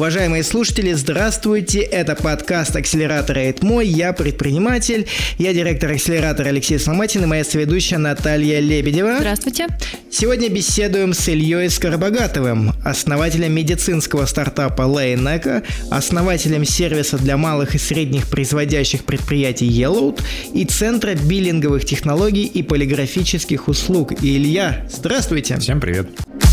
Уважаемые слушатели, здравствуйте! Это подкаст «Акселератор это мой». Я предприниматель, я директор «Акселератора» Алексей Сломатин и моя соведущая Наталья Лебедева. Здравствуйте! Сегодня беседуем с Ильей Скоробогатовым, основателем медицинского стартапа Lane-Echo, основателем сервиса для малых и средних производящих предприятий Yellowed и Центра биллинговых технологий и полиграфических услуг. И Илья, здравствуйте! Всем привет!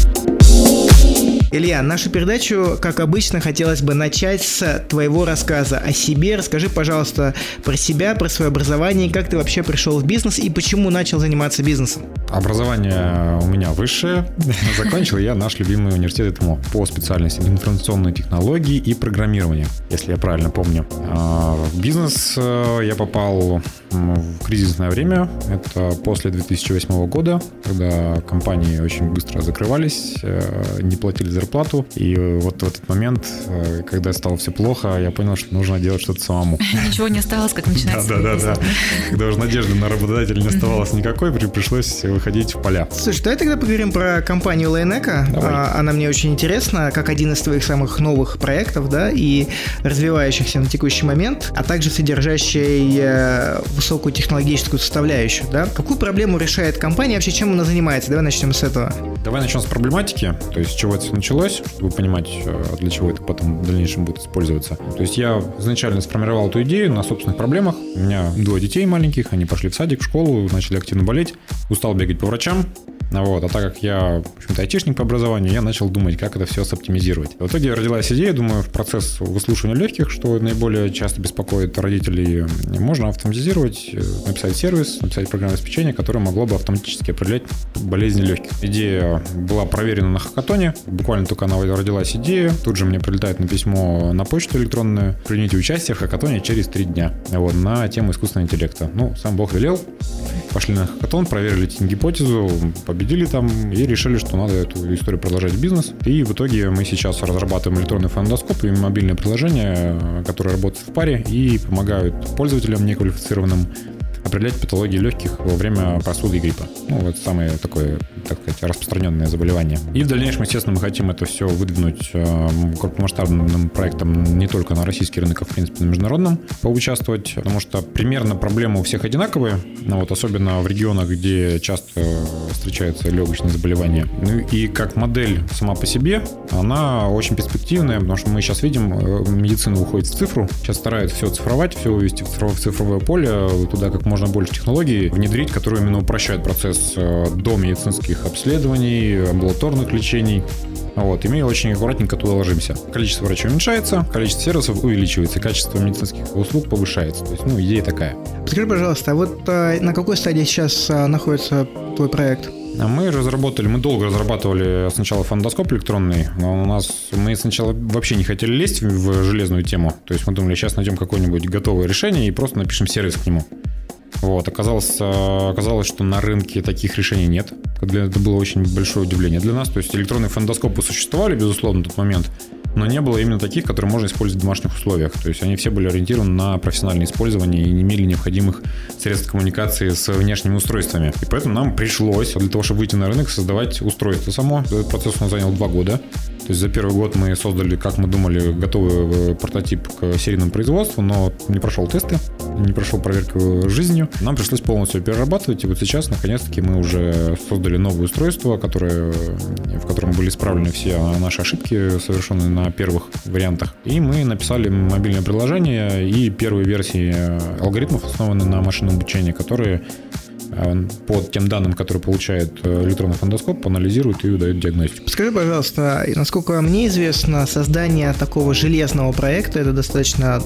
Илья, нашу передачу, как обычно, хотелось бы начать с твоего рассказа о себе. Расскажи, пожалуйста, про себя, про свое образование, как ты вообще пришел в бизнес и почему начал заниматься бизнесом. Образование у меня высшее. Закончил я наш любимый университет ЭТМО по специальности информационные технологии и программирование, если я правильно помню. В бизнес я попал в кризисное время. Это после 2008 года, когда компании очень быстро закрывались, не платили зарплату. И вот в этот момент, когда стало все плохо, я понял, что нужно делать что-то самому. Ничего не осталось, как начинать. Да. Когда уже надежды на работодателя не оставалось никакой, пришлось выходить в поля. Слушай, давай тогда поговорим про компанию Lane-Echo. Она мне очень интересна, как один из твоих самых новых проектов, да, и развивающихся на текущий момент, а также содержащий высокую технологическую составляющую, да. Какую проблему решает компания, вообще чем она занимается? Давай начнем с этого. Давай начнем с проблематики, то есть с чего это все началось, чтобы понимать, для чего это потом в дальнейшем будет использоваться. То есть я изначально сформировал эту идею на собственных проблемах. У меня 2 детей маленьких, они пошли в садик, в школу, начали активно болеть, устал бегать по врачам. А так как я, в общем-то, айтишник по образованию, я начал думать, как это все соптимизировать. В итоге родилась идея, думаю, в процесс выслушивания легких, что наиболее часто беспокоит родителей, можно автоматизировать, написать сервис, написать программное обеспечение, которое могло бы автоматически определять болезни легких. Идея была проверена на хакатоне, буквально только она родилась идея, тут же мне прилетает на письмо на почту электронную: примите участие в хакатоне через 3 дня на тему искусственного интеллекта. Сам Бог велел. Пошли на хакатон, проверили гипотезу, победили там и решили, что надо эту историю продолжать в бизнес. И в итоге мы сейчас разрабатываем электронный фондоскоп и мобильное приложение, которое работает в паре и помогают пользователям неквалифицированным определять патологии легких во время простуды и гриппа. Это самое такое, так сказать, распространенное заболевание. И в дальнейшем, естественно, мы хотим это все выдвинуть крупномасштабным проектом не только на российский рынок, а в принципе на международном поучаствовать, потому что примерно проблемы у всех одинаковые, особенно в регионах, где часто встречаются легочные заболевания. И как модель сама по себе, она очень перспективная, потому что мы сейчас видим, медицина уходит в цифру, сейчас стараются все цифровать, все вывести в цифровое поле, туда как можно больше технологий внедрить, которые именно упрощают процесс до медицинских обследований, амбулаторных лечений. И мы очень аккуратненько туда ложимся. Количество врачей уменьшается, количество сервисов увеличивается, качество медицинских услуг повышается. То есть, идея такая. Скажи, пожалуйста, на какой стадии сейчас находится твой проект? Мы долго разрабатывали сначала фондоскоп электронный, но мы сначала вообще не хотели лезть в железную тему. То есть мы думали, сейчас найдем какое-нибудь готовое решение и просто напишем сервис к нему. Оказалось, что на рынке таких решений нет. Это было очень большое удивление для нас. То есть электронные фондоскопы существовали, безусловно, на тот момент, но не было именно таких, которые можно использовать в домашних условиях. То есть они все были ориентированы на профессиональное использование и не имели необходимых средств коммуникации с внешними устройствами. И поэтому нам пришлось, для того, чтобы выйти на рынок, создавать устройство само. Этот процесс у нас занял 2 года. То есть за первый год мы создали, как мы думали, готовый прототип к серийному производству, но не прошел тесты, не прошел проверку жизнью. Нам пришлось полностью перерабатывать, и сейчас, наконец-таки, мы уже создали новое устройство, в котором были исправлены все наши ошибки, совершенные на первых вариантах. И мы написали мобильное приложение и первые версии алгоритмов, основанные на машинном обучении, которые по тем данным, которые получает электронный фондоскоп, анализирует и выдает диагностику. Скажи, пожалуйста, насколько мне известно, создание такого железного проекта — это достаточно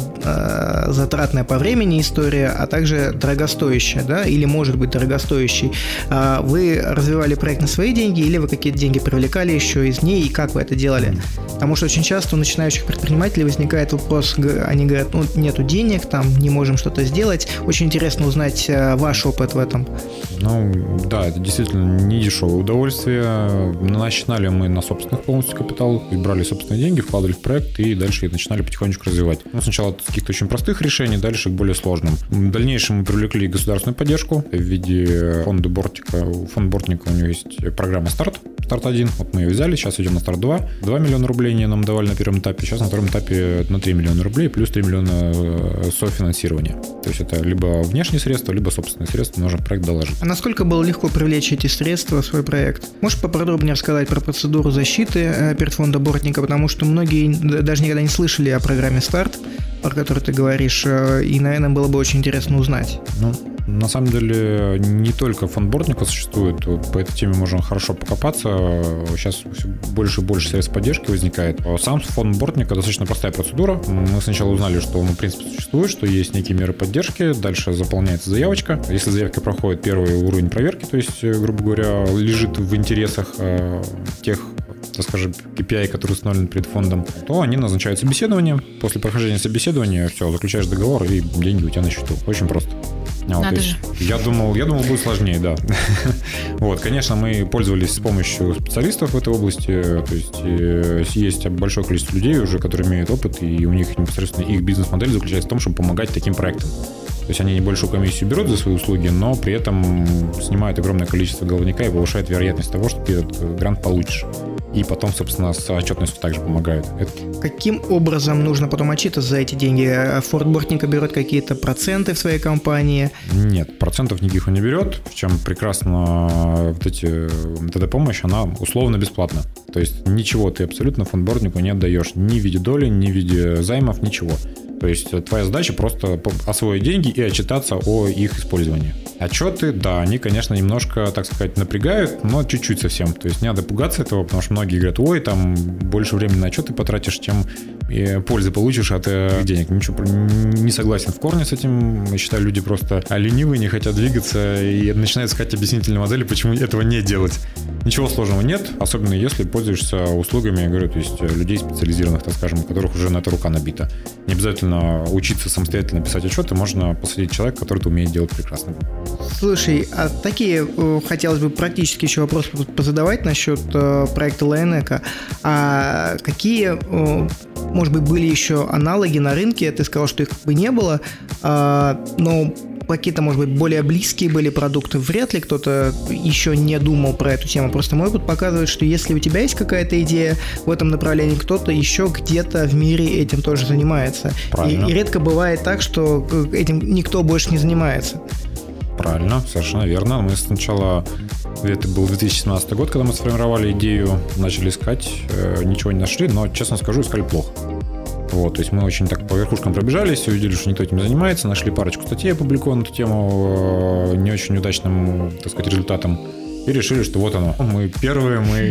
затратная по времени история, а также дорогостоящая, да, или может быть дорогостоящей. Вы развивали проект на свои деньги или вы какие-то деньги привлекали еще из ней, и как вы это делали? Потому что очень часто у начинающих предпринимателей возникает вопрос, они говорят, нету денег, не можем что-то сделать. Очень интересно узнать ваш опыт в этом. Да, это действительно не дешевое удовольствие. Начинали мы на собственных полностью капитал, брали собственные деньги, вкладывали в проект и дальше начинали потихонечку развивать. Сначала от каких-то очень простых решений, дальше к более сложным. В дальнейшем мы привлекли государственную поддержку в виде фонда Бортника. Фонд Бортника, у него есть программа «Старт». старт 1, вот мы ее взяли, сейчас идем на старт 2. 2 миллиона рублей нам давали на первом этапе, сейчас на втором этапе на 3 миллиона рублей, плюс 3 миллиона софинансирования. То есть это либо внешние средства, либо собственные средства, нужно в проект доложить. А насколько было легко привлечь эти средства в свой проект? Можешь поподробнее рассказать про процедуру защиты перед фондом Бортника, потому что многие даже никогда не слышали о программе «Старт», про которую ты говоришь, и, наверное, было бы очень интересно узнать. На самом деле, не только фонд Бортника существует, по этой теме можно хорошо покопаться. Сейчас все больше и больше средств поддержки возникает. Сам фонд Бортника достаточно простая процедура. Мы сначала узнали, что он, в принципе, существует, что есть некие меры поддержки, дальше заполняется заявочка. Если заявка проходит первый уровень проверки, то есть, грубо говоря, лежит в интересах тех, так скажем, KPI, которые установлены перед фондом, то они назначают собеседование. После прохождения собеседования, все, заключаешь договор, и деньги у тебя на счету. Очень просто. Надо же. Я думал, будет сложнее, да. Вот, конечно, мы пользовались помощью специалистов в этой области. То есть большое количество людей уже, которые имеют опыт, и у них непосредственно их бизнес-модель заключается в том, чтобы помогать таким проектам. То есть они небольшую комиссию берут за свои услуги, но при этом снимают огромное количество головника и повышают вероятность того, что ты этот грант получишь. И потом, собственно, с отчетностью также помогают. Каким образом нужно потом отчитываться за эти деньги? Фонд Бортника берет какие-то проценты в своей компании? Нет, процентов никаких он не берет. В чем прекрасно вот эта помощь, она условно бесплатна. То есть ничего ты абсолютно фонд Бортнику не отдаешь. Ни в виде доли, ни в виде займов, ничего. То есть твоя задача просто освоить деньги и отчитаться о их использовании. Отчеты, да, они, конечно, немножко, так сказать, напрягают, но чуть-чуть совсем. То есть не надо пугаться этого, потому что многие говорят, ой, там больше времени на отчеты потратишь, чем пользы получишь от денег. Ничего, не согласен в корне с этим. Я считаю, люди просто ленивые, не хотят двигаться и начинают искать объяснительные модели, почему этого не делать. Ничего сложного нет, особенно если пользуешься услугами, я говорю, то есть людей специализированных, так скажем, у которых уже на это рука набита. Не обязательно учиться самостоятельно писать отчеты, можно посадить человека, который это умеет делать прекрасно. Слушай, а такие хотелось бы практически еще вопросы позадавать насчет проекта Лайонека. А какие, может быть, были еще аналоги на рынке? Ты сказал, что их как бы не было, но какие-то, может быть, более близкие были продукты. Вряд ли кто-то еще не думал про эту тему. Просто мой опыт показывает, что если у тебя есть какая-то идея в этом направлении, кто-то еще где-то в мире этим тоже занимается. И редко бывает так, что этим никто больше не занимается. Правильно, совершенно верно. Мы сначала, это был 2017 год, когда мы сформировали идею, начали искать, ничего не нашли, но, честно скажу, искали плохо. Вот, то есть мы очень так по верхушкам пробежались, увидели, что никто этим не занимается, нашли парочку статей, опубликованных на эту тему не очень удачным, так сказать, результатом. И решили, что вот оно, мы первые, мы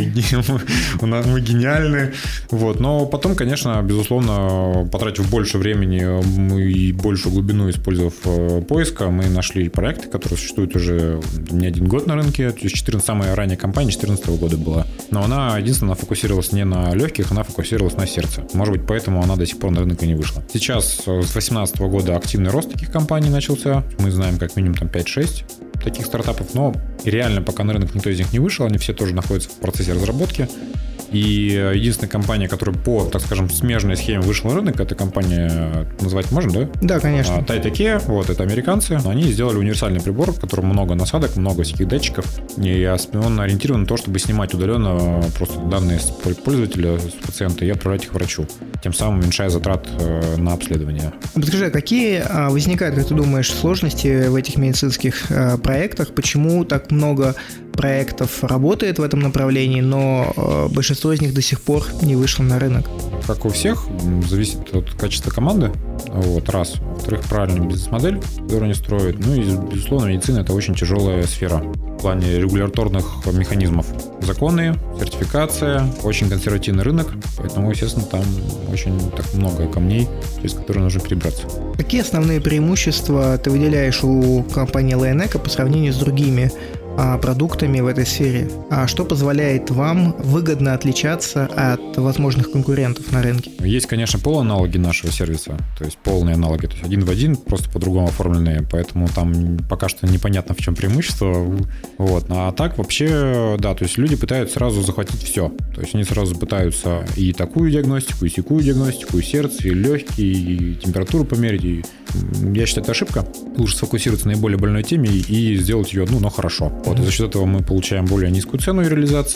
гениальны. Вот. Но потом, конечно, безусловно, потратив больше времени и большую глубину, использовав поиска, мы нашли проекты, которые существуют уже не один год на рынке. То есть самая ранняя компания 2014 года была. Но она единственная фокусировалась не на легких, она фокусировалась на сердце. Может быть, поэтому она до сих пор на рынок и не вышла. Сейчас, с 2018 года, активный рост таких компаний начался. Мы знаем как минимум там 5-6 таких стартапов, но реально пока на рынок никто из них не вышел, они все тоже находятся в процессе разработки. И единственная компания, которая по, так скажем, смежной схеме вышла на рынок, это компания, назвать можем, да? Да, конечно. Titeke, вот, это американцы. Они сделали универсальный прибор, в котором много насадок, много всяких датчиков. И он ориентирован на то, чтобы снимать удаленно просто данные с пользователя, с пациента и отправлять их врачу, тем самым уменьшая затрат на обследование. Подскажи, какие возникают, как ты думаешь, сложности в этих медицинских проектах? Почему так много проектов работает в этом направлении, но большинство из них до сих пор не вышло на рынок? Как у всех, зависит от качества команды, вот, раз. Во-вторых, правильная бизнес-модель, которую они строят. Ну и, безусловно, медицина – это очень тяжелая сфера в плане регуляторных механизмов. Законы, сертификация, очень консервативный рынок, поэтому, естественно, там очень так много камней, через которые нужно перебраться. Какие основные преимущества ты выделяешь у компании Lioneka по сравнению с другими продуктами в этой сфере? А что позволяет вам выгодно отличаться от возможных конкурентов на рынке? Есть, конечно, полуаналоги нашего сервиса, то есть полные аналоги, то есть один в один, просто по-другому оформленные, поэтому там пока что непонятно, в чем преимущество. Вот. А так вообще, да, то есть люди пытаются сразу захватить все. То есть они сразу пытаются и такую диагностику, и сякую диагностику, и сердце, и легкие, и температуру померить. И я считаю, это ошибка. Лучше сфокусироваться на наиболее больной теме и сделать ее, но хорошо. Вот, и за счет этого мы получаем более низкую цену реализации.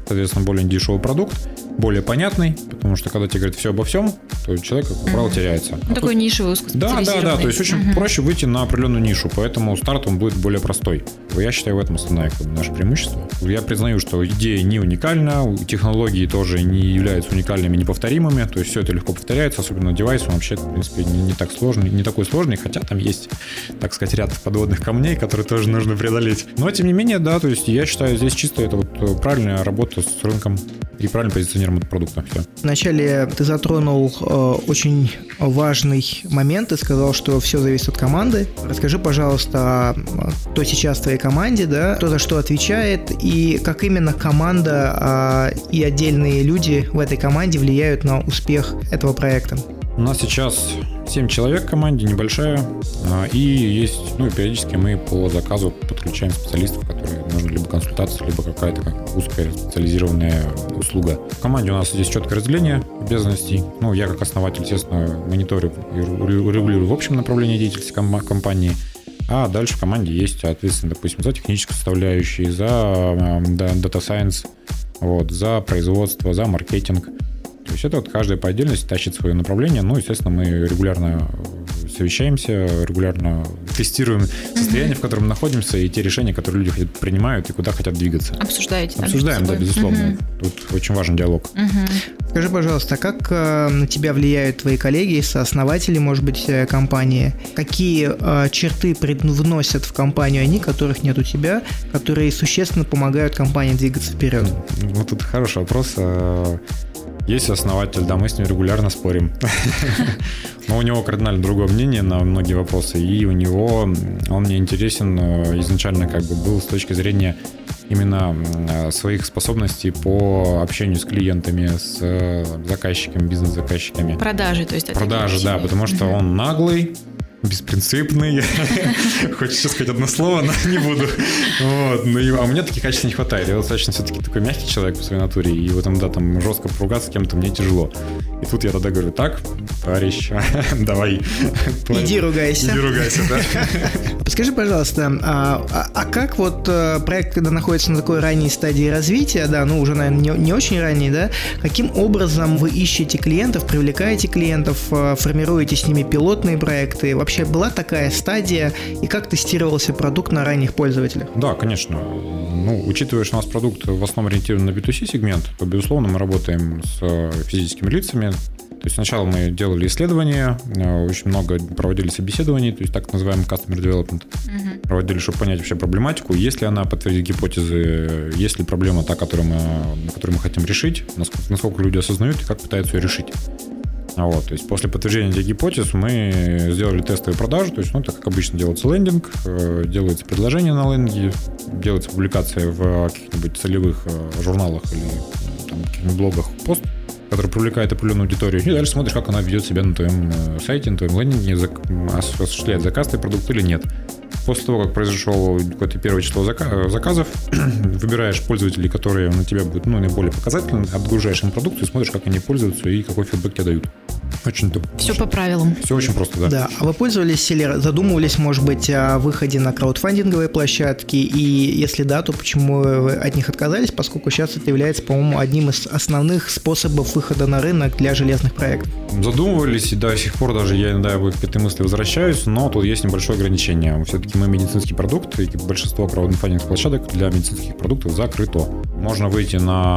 соответственно, более дешевый продукт, более понятный, потому что когда тебе говорят все обо всем, то человек, как правило, теряется. Такой нишевый, узкоспециализированный. Да, то есть очень проще выйти на определенную нишу, поэтому старт он будет более простой. Я считаю, в этом основное наше преимущество. Я признаю, что идея не уникальна, технологии тоже не являются уникальными, неповторимыми, то есть все это легко повторяется, особенно девайс, он вообще, в принципе, не так сложный, не такой сложный, хотя там есть, так сказать, ряд подводных камней, которые тоже нужно преодолеть. Но, тем не менее, да, то есть я считаю, здесь чисто это вот правильная работа с рынком и правильное позиционирование продукта. Все. Вначале ты затронул очень важный момент и сказал, что все зависит от команды. Расскажи, пожалуйста, кто сейчас в твоей команде, да, кто за что отвечает и как именно команда и отдельные люди в этой команде влияют на успех этого проекта. У нас сейчас 7 человек в команде, небольшая, и есть, периодически мы по заказу подключаем специалистов, которые нужны либо консультация, либо какая-то узкая специализированная услуга. В команде у нас здесь четкое разделение обязанностей. Я как основатель, естественно, мониторю и регулирую в общем направлении деятельности компании. А дальше в команде есть ответственность, допустим, за техническую составляющую, за Data Science, за производство, за маркетинг. То есть это вот каждая по отдельности тащит свое направление. Естественно, мы регулярно совещаемся, регулярно тестируем состояние, в котором мы находимся, и те решения, которые люди принимают и куда хотят двигаться. Обсуждаете? Обсуждаем, да, безусловно. Тут очень важен диалог. Скажи, пожалуйста, как на тебя влияют твои коллеги, сооснователи, может быть, компании? Какие черты привносят в компанию они, которых нет у тебя, которые существенно помогают компании двигаться вперед? Тут хороший вопрос. Есть основатель, да, мы с ним регулярно спорим. Но у него кардинально другое мнение на многие вопросы, и он мне интересен изначально был с точки зрения именно своих способностей по общению с клиентами, с заказчиками, бизнес-заказчиками. Продажи, то есть. Продажи, да, потому что он наглый, беспринципный. Хочется сказать одно слово, но не буду. А у меня таких качеств не хватает. Я достаточно все-таки такой мягкий человек по своей натуре, и там жестко поругаться с кем-то мне тяжело. И тут я тогда говорю: так, товарищ, давай. Иди ругайся. Да. Подскажи, пожалуйста, а как проект, когда находится на такой ранней стадии развития, да, уже, наверное, не очень ранней, да, каким образом вы ищете клиентов, привлекаете клиентов, формируете с ними пилотные проекты? Вообще была такая стадия, и как тестировался продукт на ранних пользователях? Да, конечно. Учитывая, что у нас продукт в основном ориентирован на B2C сегмент, то, безусловно, мы работаем с физическими лицами. То есть сначала мы делали исследования, очень много проводили собеседований, то есть так называемый customer development. Проводили, чтобы понять вообще проблематику, есть ли она подтвердить гипотезы, есть ли проблема та, которую мы хотим решить, насколько люди осознают и как пытаются ее решить. То есть после подтверждения этих гипотез мы сделали тестовые продажи, то есть, так как обычно делается лендинг, делается предложение на лендинге, делается публикация в каких-нибудь целевых журналах или каких-нибудь блогах, пост, который привлекает определенную аудиторию, и дальше смотришь, как она ведет себя на твоем сайте, на твоем лендинге, осуществляет заказ твой продукт или нет. После того, как произошло какое-то первое число заказов, выбираешь пользователей, которые на тебя будут наиболее показательны, отгружаешь им продукцию и смотришь, как они пользуются и какой фидбэк тебе дают. Очень все по правилам. Все очень просто, да. Да. А вы пользовались или задумывались, может быть, о выходе на краудфандинговые площадки? И если да, то почему вы от них отказались? Поскольку сейчас это является, по-моему, одним из основных способов выхода на рынок для железных проектов. Задумывались, и до сих пор даже я иногда к этой мысли возвращаюсь, но тут есть небольшое ограничение. Все-таки мы медицинский продукт, и большинство краудфандинговых площадок для медицинских продуктов закрыто. Можно выйти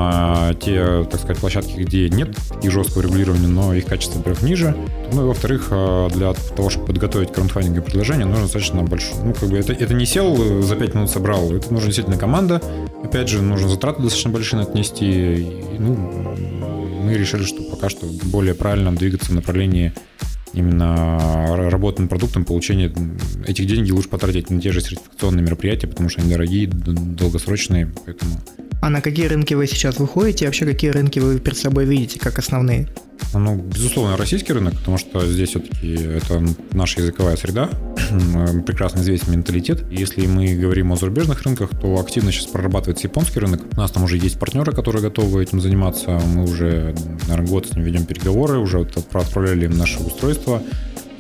на те, так сказать, площадки, где нет их жесткого регулирования, но их качество, во-первых, ниже. И, во-вторых, для того, чтобы подготовить краудфандинговое предложение, нужно достаточно большое. Это не сел, за 5 минут собрал. Это нужна действительно команда. Опять же, нужно затраты достаточно большие отнести. И, мы решили, что пока что более правильно двигаться в направлении именно работы над продуктом, получение этих денег лучше потратить на те же сертификационные мероприятия, потому что они дорогие, долгосрочные, поэтому... А на какие рынки вы сейчас выходите? Вообще, какие рынки вы перед собой видите как основные? Безусловно, российский рынок, потому что здесь все-таки это наша языковая среда, прекрасно известен менталитет. Если мы говорим о зарубежных рынках, то активно сейчас прорабатывается японский рынок. У нас там уже есть партнеры, которые готовы этим заниматься. Мы уже, наверное, год с ними ведем переговоры, уже отправляли им наше устройство.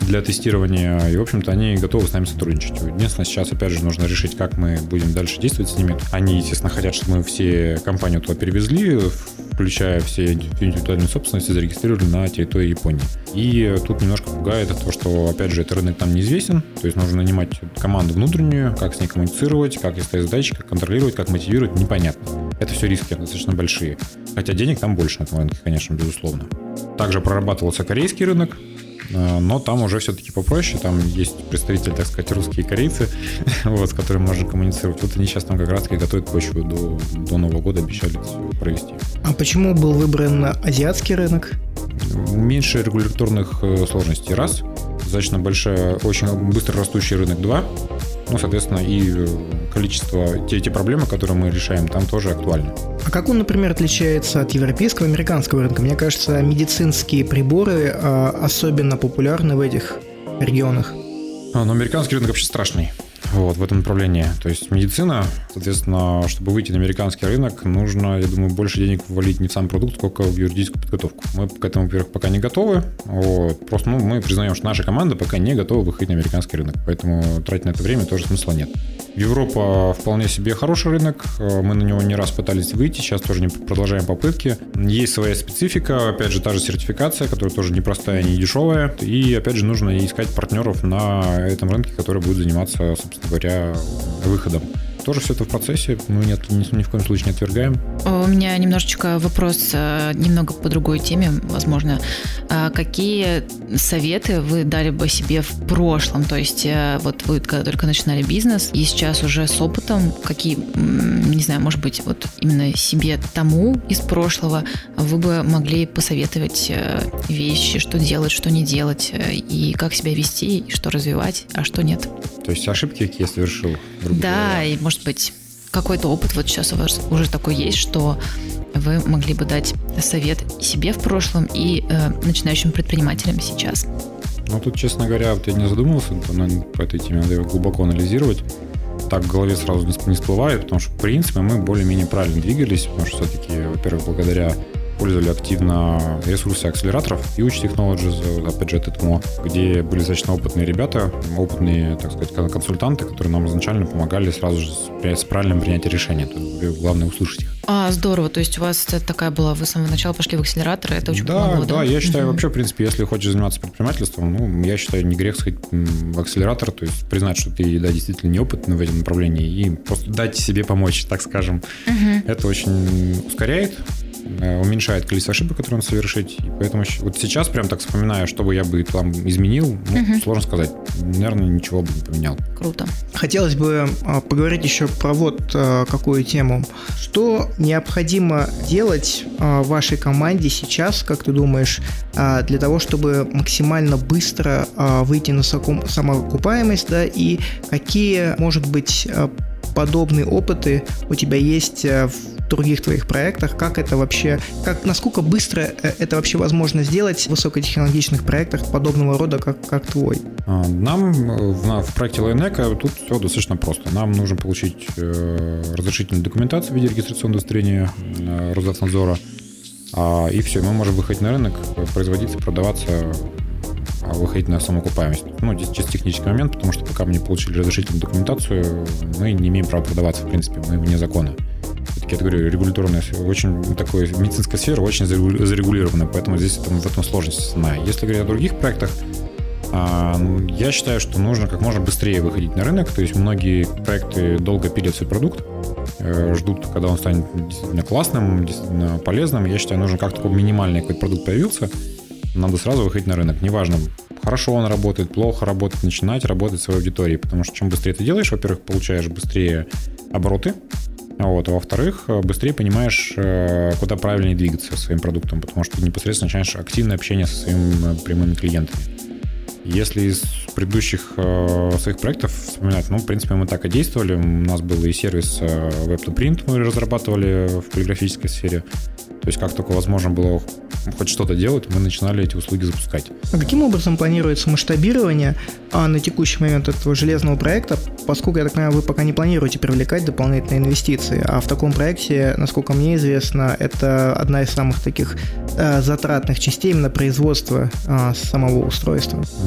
для тестирования, и, в общем-то, они готовы с нами сотрудничать. Единственное, сейчас, опять же, нужно решить, как мы будем дальше действовать с ними. Они, естественно, хотят, чтобы мы все компанию туда перевезли, включая все индивидуальные собственности, зарегистрировали на территории Японии. И тут немножко пугает то, что, опять же, этот рынок там неизвестен, то есть нужно нанимать команду внутреннюю, как с ней коммуницировать, как ей ставить задачи, как контролировать, как мотивировать, непонятно. Это все риски достаточно большие. Хотя денег там больше на этом рынке, конечно, безусловно. Также прорабатывался корейский рынок, но там уже все-таки попроще. Там есть представители, так сказать, русские и корейцы, вот, с которыми можно коммуницировать. Вот они сейчас там как раз-таки готовят почву до Нового года, обещали провести. А почему был выбран азиатский рынок? Меньше регуляторных сложностей, раз. Достаточно большая, очень быстро растущий рынок, два. Ну, соответственно, и количество, те проблемы, которые мы решаем, там тоже актуальны. А как он, например, отличается от европейского и американского рынка? Мне кажется, медицинские приборы особенно популярны в этих регионах. Но американский рынок вообще страшный. Вот, в этом направлении. То есть медицина, соответственно, чтобы выйти на американский рынок, нужно, я думаю, больше денег ввалить не в сам продукт, сколько в юридическую подготовку. Мы к этому, во-первых, пока не готовы. Вот. Просто мы признаем, что наша команда пока не готова выходить на американский рынок. Поэтому тратить на это время тоже смысла нет. Европа вполне себе хороший рынок. Мы на него не раз пытались выйти. Сейчас тоже не продолжаем попытки. Есть своя специфика. Опять же, та же сертификация, которая тоже непростая, не дешевая. И, опять же, нужно искать партнеров на этом рынке, который будет заниматься, собственно говоря, выходом. Тоже все это в процессе, мы ни в коем случае не отвергаем. У меня немножечко вопрос, немного по другой теме, возможно. Какие советы вы дали бы себе в прошлом? То есть вот вы когда только начинали бизнес, и сейчас уже с опытом, какие, не знаю, может быть, вот именно себе тому из прошлого вы бы могли посоветовать вещи, что делать, что не делать, и как себя вести, и что развивать, а что нет? То есть ошибки, какие я совершил? Да, и может быть какой-то опыт вот сейчас у вас уже такой есть, что вы могли бы дать совет себе в прошлом и начинающим предпринимателям сейчас. Ну, тут, честно говоря, вот я не задумывался по этой теме, надо его глубоко анализировать. Так в голове сразу не всплывает, потому что, в принципе, мы более-менее правильно двигались, потому что все-таки, во-первых, благодаря использовали активно ресурсы акселераторов Huge Technologies, опять же, от ЭТМО, где были достаточно опытные ребята, опытные, так сказать, консультанты, которые нам изначально помогали сразу же с правильным принятием решения. Тут главное услышать их. Здорово. То есть у вас такая была, вы с самого начала пошли в акселератор, это очень помогло, да? Да, я считаю, вообще, в принципе, если хочешь заниматься предпринимательством, я считаю, не грех сходить в акселератор, то есть признать, что ты, да, действительно неопытный в этом направлении, и просто дать себе помочь, так скажем. Это очень ускоряет, уменьшает количество ошибок, которые надо совершить. И поэтому вот сейчас прям так вспоминаю, что бы я бы там изменил, сложно сказать. Наверное, ничего бы не поменял. Круто. Хотелось бы поговорить еще про вот какую тему. Что необходимо делать вашей команде сейчас, как ты думаешь, для того, чтобы максимально быстро выйти на самоокупаемость, да, и какие, может быть, подобные опыты у тебя есть в других твоих проектах? Как это вообще, насколько быстро это вообще возможно сделать в высокотехнологичных проектах подобного рода, как твой? Нам в проекте LineEco тут все достаточно просто. Нам нужно получить разрешительную документацию в виде регистрационного удостоверения Росздравнадзора, и все, мы можем выходить на рынок, производиться, продаваться, выходить на самоокупаемость. Здесь чисто технический момент, потому что пока мы не получили разрешительную документацию, мы не имеем права продаваться, в принципе, мы вне закона. Все-таки, я говорю, регуляторная, очень такая медицинская сфера очень зарегулирована, поэтому здесь в этом сложность основная. Если говорить о других проектах, я считаю, что нужно как можно быстрее выходить на рынок, то есть многие проекты долго пилят свой продукт, ждут, когда он станет действительно классным, действительно полезным. Я считаю, нужно как-то минимальный какой-то продукт появился, надо сразу выходить на рынок. Неважно, хорошо он работает, плохо работает, начинать работать в своей аудитории, потому что чем быстрее ты делаешь, во-первых, получаешь быстрее обороты, а во-вторых, быстрее понимаешь, куда правильнее двигаться своим продуктом, потому что ты непосредственно начинаешь активное общение со своими прямыми клиентами. Если из предыдущих своих проектов вспоминать, в принципе, мы так и действовали. У нас был и сервис Web2Print, мы разрабатывали в полиграфической сфере. То есть, как только возможно было хоть что-то делать, мы начинали эти услуги запускать. А каким образом планируется масштабирование на текущий момент этого железного проекта, поскольку, я так понимаю, вы пока не планируете привлекать дополнительные инвестиции, а в таком проекте, насколько мне известно, это одна из самых таких затратных частей именно производства самого устройства?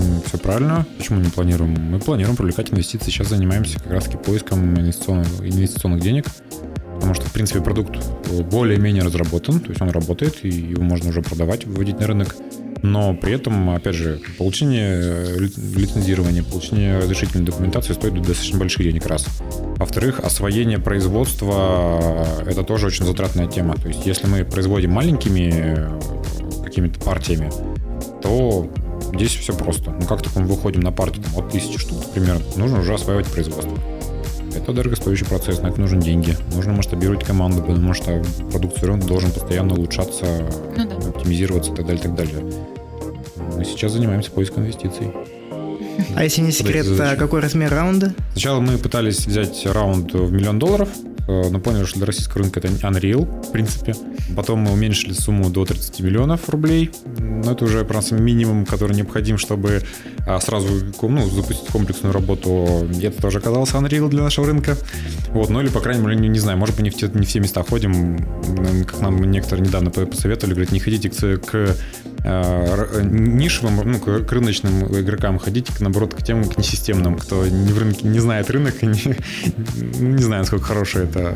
все правильно. Почему не планируем? Мы планируем привлекать инвестиции. Сейчас занимаемся как раз-таки поиском инвестиционных денег. Потому что, в принципе, продукт более-менее разработан. То есть он работает, и его можно уже продавать, выводить на рынок. Но при этом, опять же, получение лицензирования, получение разрешительной документации стоит достаточно больших денег, раз. Во-вторых, освоение производства – это тоже очень затратная тема. То есть если мы производим маленькими какими-то партиями, то здесь все просто. Ну, как только мы выходим на партию от 1000 штук, примерно, нужно уже осваивать производство. Это дорогостоящий процесс, на это нужны деньги. Нужно масштабировать команду, потому что продукт все равно должен постоянно улучшаться, оптимизироваться и так далее, и так далее. Мы сейчас занимаемся поиском инвестиций. А если не секрет, какой размер раунда? Сначала мы пытались взять раунд в $1 миллион, но поняли, что для российского рынка это unreal, в принципе. Потом мы уменьшили сумму до 30 миллионов рублей. Но это уже просто минимум, который необходим, чтобы сразу запустить комплексную работу. И это тоже оказалось unreal для нашего рынка. Вот, ну или, по крайней мере, не знаю, может быть, не все места ходим. Как нам некоторые недавно посоветовали, говорят, не ходите к нишевым, к рыночным игрокам, ходите, наоборот, к тем, к несистемным, кто в рынке не знает рынок, и не знаю, насколько хороший это,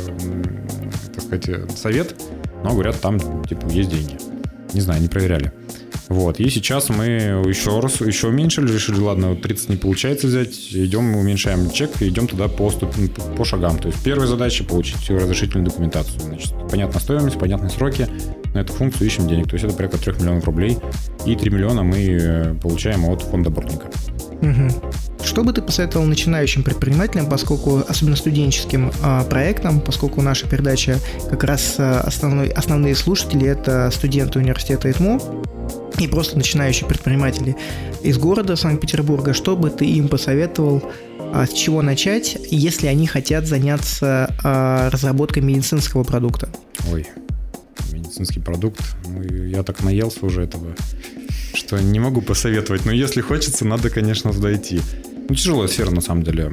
так сказать, совет, но говорят, там типа есть деньги. Не знаю, не проверяли. Вот. И сейчас мы еще уменьшили, решили, ладно, 30 не получается взять, идем, уменьшаем чек и идем туда по шагам. То есть первая задача — получить разрешительную документацию. Значит, понятная стоимость, понятные сроки. На эту функцию ищем денег. То есть это порядка 3 миллионов рублей. И 3 миллиона мы получаем от фонда Бортника. Угу. Что бы ты посоветовал начинающим предпринимателям, поскольку, особенно студенческим проектам, поскольку наша передача как раз основные слушатели — это студенты университета ИТМО и просто начинающие предприниматели из города Санкт-Петербурга, что бы ты им посоветовал, с чего начать, если они хотят заняться разработкой медицинского продукта? Ой, медицинский продукт. Я так наелся уже этого, что не могу посоветовать. Но если хочется, надо, конечно, туда идти. Тяжелая сфера, на самом деле.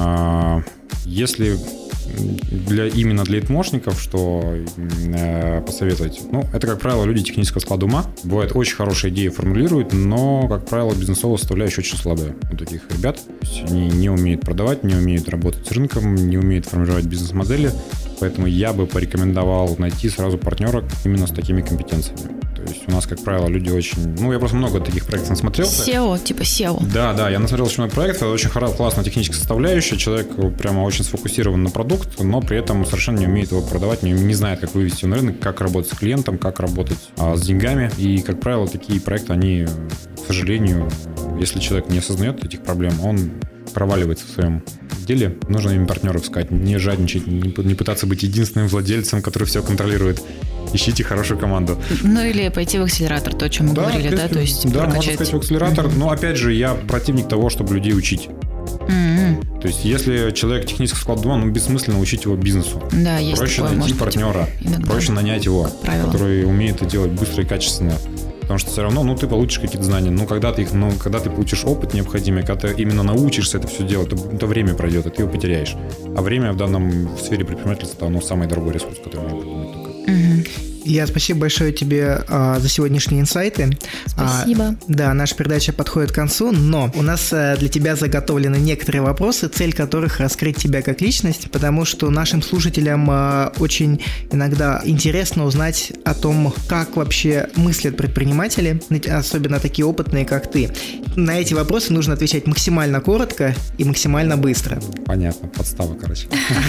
Если именно для ИТМОшников, что посоветовать? Это, как правило, люди технического склада ума. Бывает, очень хорошие идеи формулируют, но, как правило, бизнесовая составляющая очень слабая у таких ребят. Они не умеют продавать, не умеют работать с рынком, не умеют формировать бизнес-модели. Поэтому я бы порекомендовал найти сразу партнера именно с такими компетенциями. То есть у нас, как правило, люди очень... я просто много таких проектов насмотрелся. SEO, типа SEO. Да, я насмотрел очень много проектов. Это очень классная техническая составляющая. Человек прямо очень сфокусирован на продукт, но при этом совершенно не умеет его продавать, не знает, как вывести его на рынок, как работать с клиентом, как работать с деньгами. И, как правило, такие проекты, они, к сожалению, если человек не осознает этих проблем, он проваливается в своем деле. Нужно им партнеров искать, не жадничать, не пытаться быть единственным владельцем, который все контролирует. Ищите хорошую команду. Или пойти в акселератор, то, о чем мы говорили, принципе, да? То есть да, можно сказать, в акселератор. Но, опять же, я противник того, чтобы людей учить. То есть, если человек технического склада ума, бессмысленно учить его бизнесу. Да, есть проще такое, найти партнера, проще нанять его, который умеет это делать быстро и качественно. Потому что все равно, ты получишь какие-то знания. Когда ты получишь опыт необходимый, когда ты именно научишься это все делать, то время пройдет, и ты его потеряешь. А время в сфере предпринимательства, оно самый дорогой ресурс, который можно придумать только. Илья, спасибо большое тебе за сегодняшние инсайты. Спасибо. Наша передача подходит к концу, но у нас для тебя заготовлены некоторые вопросы, цель которых раскрыть тебя как личность, потому что нашим слушателям очень иногда интересно узнать о том, как вообще мыслят предприниматели, особенно такие опытные, как ты. На эти вопросы нужно отвечать максимально коротко и максимально быстро. Понятно, подстава, короче.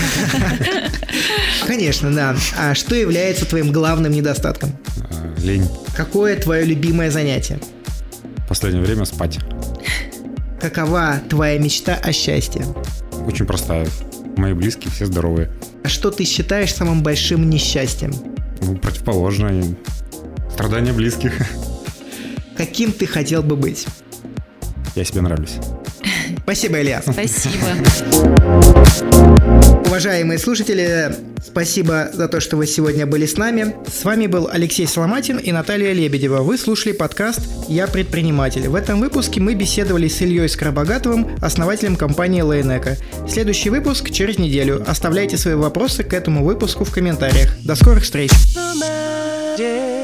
Конечно, да. А что является твоим главным недостатком? Лень. Какое твое любимое занятие? В последнее время спать. Какова твоя мечта о счастье? Очень простая. Мои близкие все здоровые. А что ты считаешь самым большим несчастьем? Противоположное. Страдания близких. Каким ты хотел бы быть? Я себе нравлюсь. Спасибо, Илья. Спасибо. Уважаемые слушатели, спасибо за то, что вы сегодня были с нами. С вами был Алексей Соломатин и Наталья Лебедева. Вы слушали подкаст «Я предприниматель». В этом выпуске мы беседовали с Ильей Скоробогатовым, основателем компании Lane-Eco. Следующий выпуск через неделю. Оставляйте свои вопросы к этому выпуску в комментариях. До скорых встреч!